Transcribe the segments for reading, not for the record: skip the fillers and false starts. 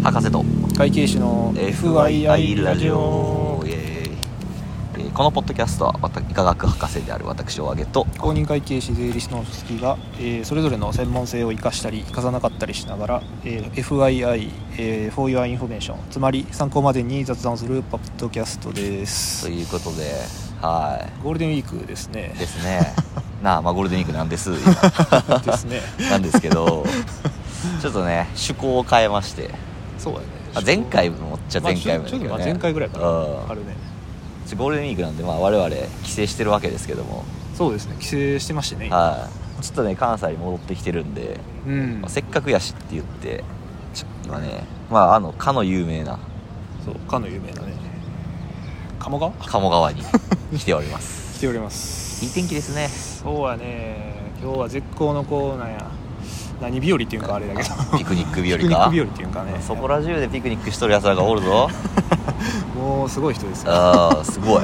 博士と会計士の FII ラジオ。 このポッドキャストは医科学博士である私を挙げと公認会計士税理士の鈴木が、それぞれの専門性を生かしたり生かさなかったりしながら、FII、For Your Information つまり参考までに雑談するポッドキャストです。 ということで、はい、 ゴールデンウィークですね。 ですねまあゴールデンウィークなんです今ですねなんですけどちょっとね趣向を変えまして、 そうやね、 前回もっちゃ前回もだけどね、 ちょっと前回ぐらいからあるね。 ゴールデンウィークなんで、我々帰省してるわけですけども、 そうですね、帰省してましてね、 はい、ちょっとね関西に戻ってきてるんで、せっかくやしって言って今ね、かの有名な、 そうかの有名なね鴨川に来ております来ております。 いい天気ですね。 そうやね、今日は絶好の何日和っていうかあれだけどピクニック日和かピクニック日和っていうかね、 そこら中でピクニックしとるやつらがおるぞもうすごい人ですよ。 すごい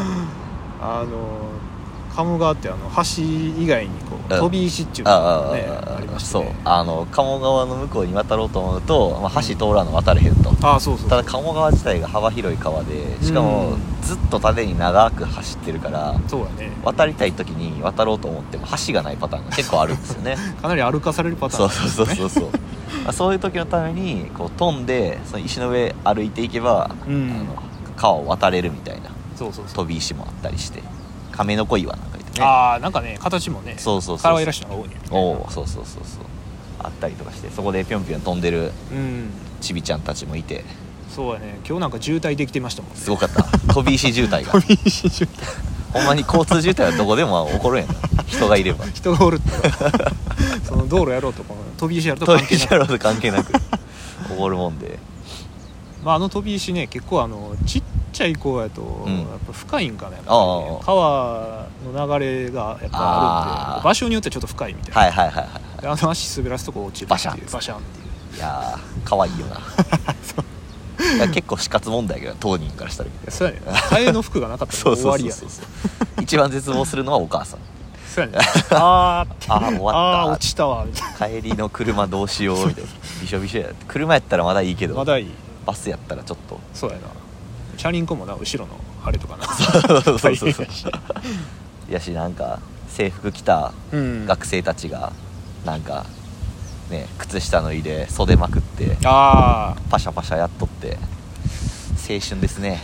鴨川って橋以外に飛び石っていうのがね、ありましてね、 そう鴨川の向こうに渡ろうと思うと、橋通らんの渡れへんと、 そうただ鴨川自体が幅広い川で、しかもずっと縦に長く走ってるから、 そうやね、 渡りたい時に渡ろうと思っても橋がないパターンが結構あるんですよねかなり歩かされるパターンですね。 そうそういう時のために飛んでその石の上歩いていけば、川を渡れるみたいな、飛び石もあったりして、亀の子岩なんかいてね、 なんかね形もね、 可愛らしいのが多いね。 そうあったりとかして、そこでぴょんぴょん飛んでるちびちゃんたちもいて、 そうやね、今日なんか渋滞できてましたもんね。 すごかった飛び石渋滞が飛び石渋滞ほんまに交通渋滞はどこでも起こるんやな人がいれば人がおるってその道路やろうと飛び石やると関係なく、 飛び石やろうと関係なく起こるもんで、 飛び石ね、結構ちっちゃい子やとやっぱ深いんかな、川の流れがやっぱあるんで、場所によってはちょっと深いみたいな、足滑らすとこ落ちるっていう、バシャンっていう、 いやー可愛いよないや結構死活問題やけど当人からしたら、 そうやね、替えの服がなかったら終わりやね一番絶望するのはお母さんそうやね終わった落ちたわみたいな、帰りの車どうしようみたいなびしょびしょや、車やったらまだいいけど、 まだいい、 バスやったらちょっと、 そうやな、チャリンコもな後ろのあれとかなそうやし、なんか制服着た学生たちがなんかね、靴下脱いで袖まくってパシャパシャやっとって青春ですね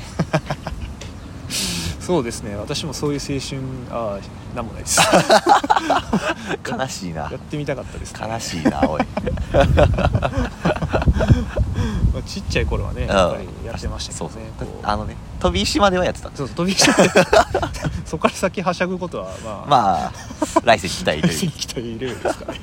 そうですね、私もそういう青春なんもないです悲しいな、 やってみたかったですね。 悲しいなおいちっちゃい頃はね、やっぱりやってましたけどね、 飛び石まではやってた。 そう飛び石そこから先はしゃぐことは来世に期待という来世に期待入れるんですかね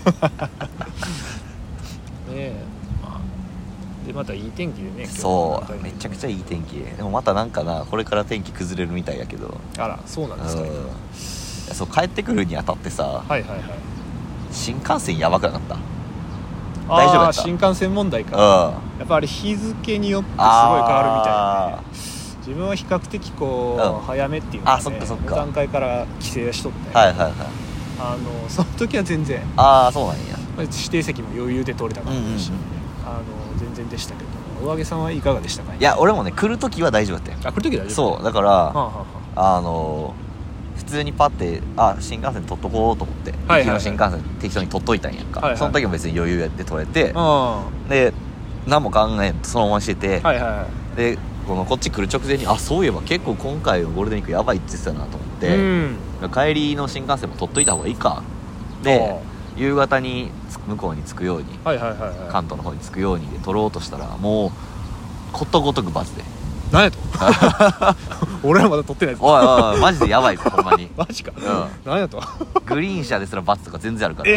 でまたいい天気でね、 そうめちゃくちゃいい天気でもまたなんかな、これから天気崩れるみたいやけど、 そうなんですかね。 そう帰ってくるにあたってさ、新幹線やばくなかった？大丈夫だった？ 新幹線問題か、やっぱり日付によってすごい変わるみたいなね。自分は比較的早めっていうかね、段階から帰省しとって、その時は全然そうなんや、 指定席も余裕で取れたからし、全然でしたけど、お揚げさんはいかがでしたか？ いや俺もね来る時は大丈夫だったよ。 来る時は大丈夫。 そうだから普通にパッて新幹線取っとこうと思って、行きの新幹線適当に取っといたんやんか、その時も別に余裕やって取れて、で何も考えんとそのまましてて、でこっち来る直前にそういえば結構今回のゴールデンウィークやばいって言ってたなと思って、帰りの新幹線も取っといた方がいいかで、夕方に向こうに着くように、関東の方に着くようにで取ろうとしたら、もうことごとくバツで、 何やと俺らまだ撮ってないです。 おいマジでやばいぞほんまにマジか、何やとグリーン車ですらバツとか全然あるから、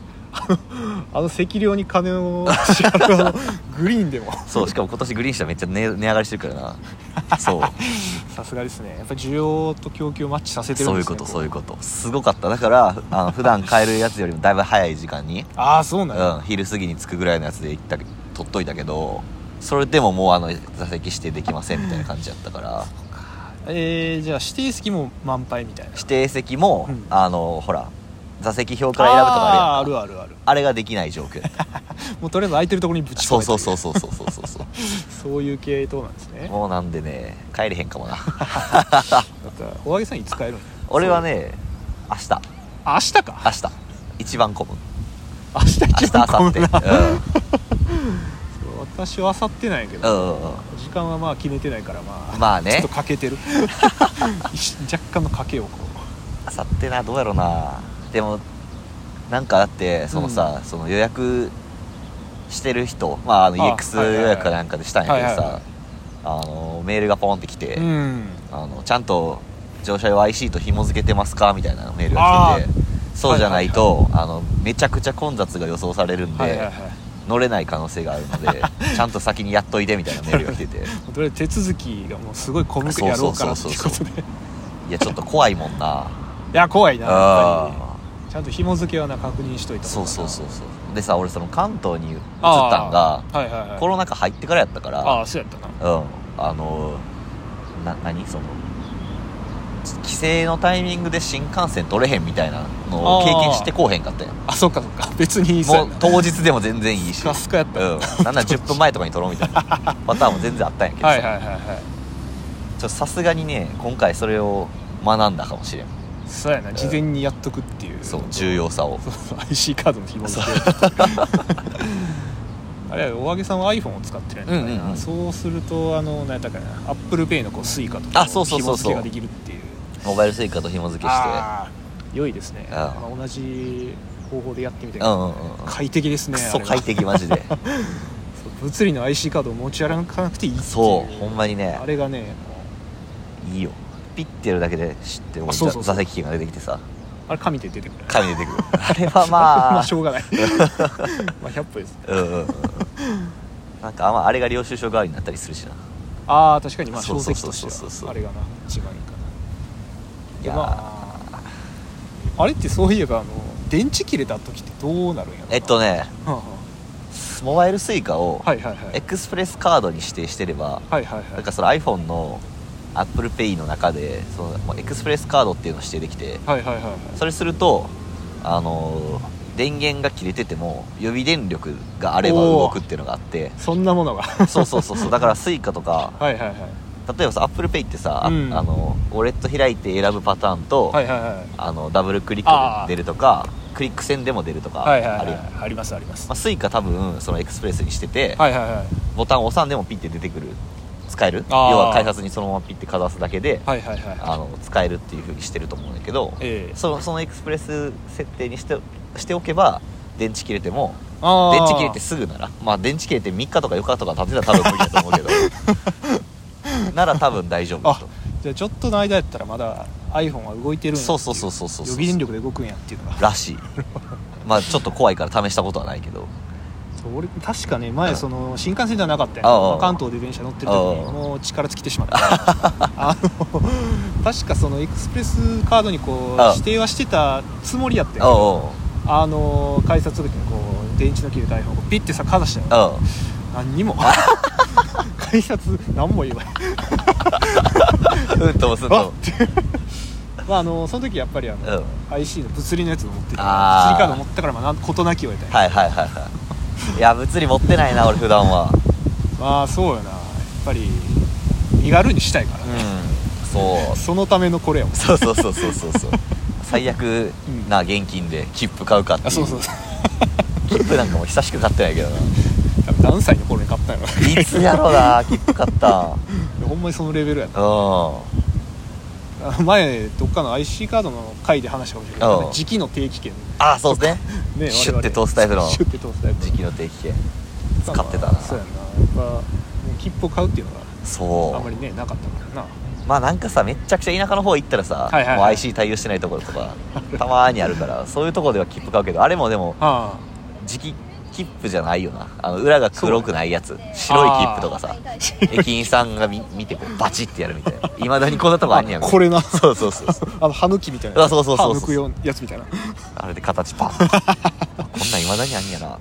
積量に金を支払うグリーンでもそうしかも今年グリーン車めっちゃ値上がりしてるからなそうさすがですね、やっぱり需要と供給をマッチさせてるんですね。 そういうことすごかった。だから普段買えるやつよりもだいぶ早い時間にそうなんや、 昼過ぎに着くぐらいのやつで取っといたけど、それでももう座席指定できませんみたいな感じやったからじゃあ指定席も満杯みたいな。 指定席も、ほら座席表から選ぶとかあるやん。あるあれができない状況やったもうとりあえず空いてるところにぶち込めそうそういう系統なんですね。 もうなんでね帰れへんかもなだったらお揚げさんいつ帰るの？ 俺はね明日明日か明日一番混む明日一番混むな私は明後日なんやけど、時間はまあ決めてないからまあねちょっと欠けてる若干の賭けをこう明後日などうやろうな。でもなんかだってそのさ、その予約してる人EX 予約かなんかでしたんやけどさメールがポンってきて、ちゃんと乗車用 IC と紐付けてますかみたいなメールが来てて、そうじゃないとめちゃくちゃ混雑が予想されるんで、乗れない可能性があるのでちゃんと先にやっといてみたいなメールが来ててとりあえず手続きがもうすごい混むやろうからっていうことでいやちょっと怖いもんな。 いや怖いなやっぱりちゃんと紐付けはな確認しといた方がそうでさ俺その関東に移ったんが、コロナ禍入ってからやったから。 そうやったな。 何その帰省のタイミングで新幹線取れへんみたいなのを経験してこうへんかったやん。 そっか別にもう当日でも全然いいしスカやった、 なんなら10分前とかに取ろうみたいなパターンも全然あったんやけどささすがにね今回それを学んだかもしれん。 そうやな、事前にやっとくっていう、 そう重要さを IC カードの紐付けあれお揚げさんは iPhone を使ってるんだから、そうすると何やったかな ApplePay のSuica とか紐付けができるっていうモバイルSuicaと紐付けして良いですね。同じ方法でやってみたけど、快適ですね。 そう快適マジで物理の IC カードを持ち歩かなくていいっていう。 そうほんまにねあれがねいいよ。ピッてやるだけで知って座席券が出てきてさあれ紙で出てくるあれはまあしょうがない100歩ですなんかあれが領収書代わりになったりするしな。 確かに小説としてはあれがな一番いいかな。いやあれってそういえば電池切れた時ってどうなるんやろモバイルSuicaをエクスプレスカードに指定してればなんかその iPhone のApplePay の中でそのエクスプレスカードっていうのを指定できて、それすると電源が切れてても予備電力があれば動くっていうのがあって、 そんなものがそうだからSuicaとか例えばさ ApplePay ってさ、ウォレット開いて選ぶパターンと、ダブルクリックで出るとかクリック線でも出るとかあるやん。 あります。 Suica多分そのエクスプレスにしてて、ボタンを押さんでもピッて出てくる使える、要は改札にそのままピッてかざすだけで、使えるっていう風にしてると思うんだけど、そのエクスプレス設定にしておけば電池切れても電池切れてすぐなら電池切れて3日とか4日とか経ってたら多分無理だと思うけどなら多分大丈夫と。 じゃあちょっとの間やったらまだ iPhone は動いてるんや。 そう予備電力で動くんやっていうのがらしいちょっと怖いから試したことはないけど俺確かね前その新幹線じゃなかったよ、関東で電車乗ってる時にもう力尽きてしまった確かそのエクスプレスカードにこう指定はしてたつもりやったよ、改札の時にこう電池の切れた iPhone をピッてかざしたよ。何にも改札何も言わないともすんとその時やっぱりIC の物理のやつを持ってて、物理カード持ったから事なきを得たい。 いや物理持ってないな俺普段は。 そうやな、やっぱり身軽にしたいからね、そのためのこれやもん。 そう最悪な現金で切符買うかっていう。切符なんかも久しく買ってないけどな。 何歳の頃に買ったんやろいつやろうな切符買ったほんまにそのレベルやった前どっかの IC カードの回で話したかもしれないけど、時期の定期券そうですねシュッて通すタイプの時期の定期券使ってたな。 そうやな、やっぱ切符を買うっていうのがあんまりねなかったからな。 なんかさめっちゃくちゃ田舎の方行ったらさ、もう IC 対応してないところとかたまーにあるからそういうところでは切符買うけど、あれもでも時期切符じゃないよな。裏が黒くないやつ、白い切符とかさ駅員さんが見てこうバチってやるみたいな。いまだにこんなとこあんねやん。 これなそう歯抜きみたいな。歯抜くよやつみたいな。 あれで形パンこんなんいまだにあんやなと思って。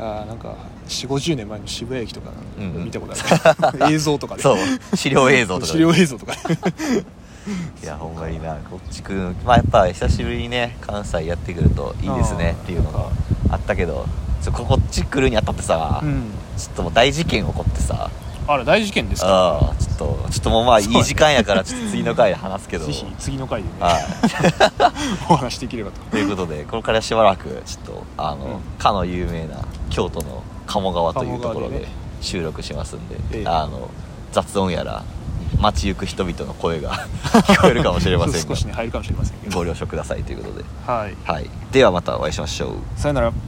なんか 40,50 年前の渋谷駅とか見たことある、映像とかで。 そう資料映像とか資料映像とかいやほんまになこっち来るまあやっぱ久しぶりにね関西やってくるといいですねっていうのがあったけどこっち来るにあたってさ、ちょっともう大事件起こってさあら大事件ですか。 ちょっともうまあいい時間やからちょっと次の回で話すけどぜひ次の回でねお話できればということでこれからしばらくちょっとかの有名な京都の鴨川というところで収録しますんで、雑音やら街行く人々の声が聞こえるかもしれませんが少しね入るかもしれませんけどご了承くださいということで、 はい、 はい、ではまたお会いしましょう。 さよなら。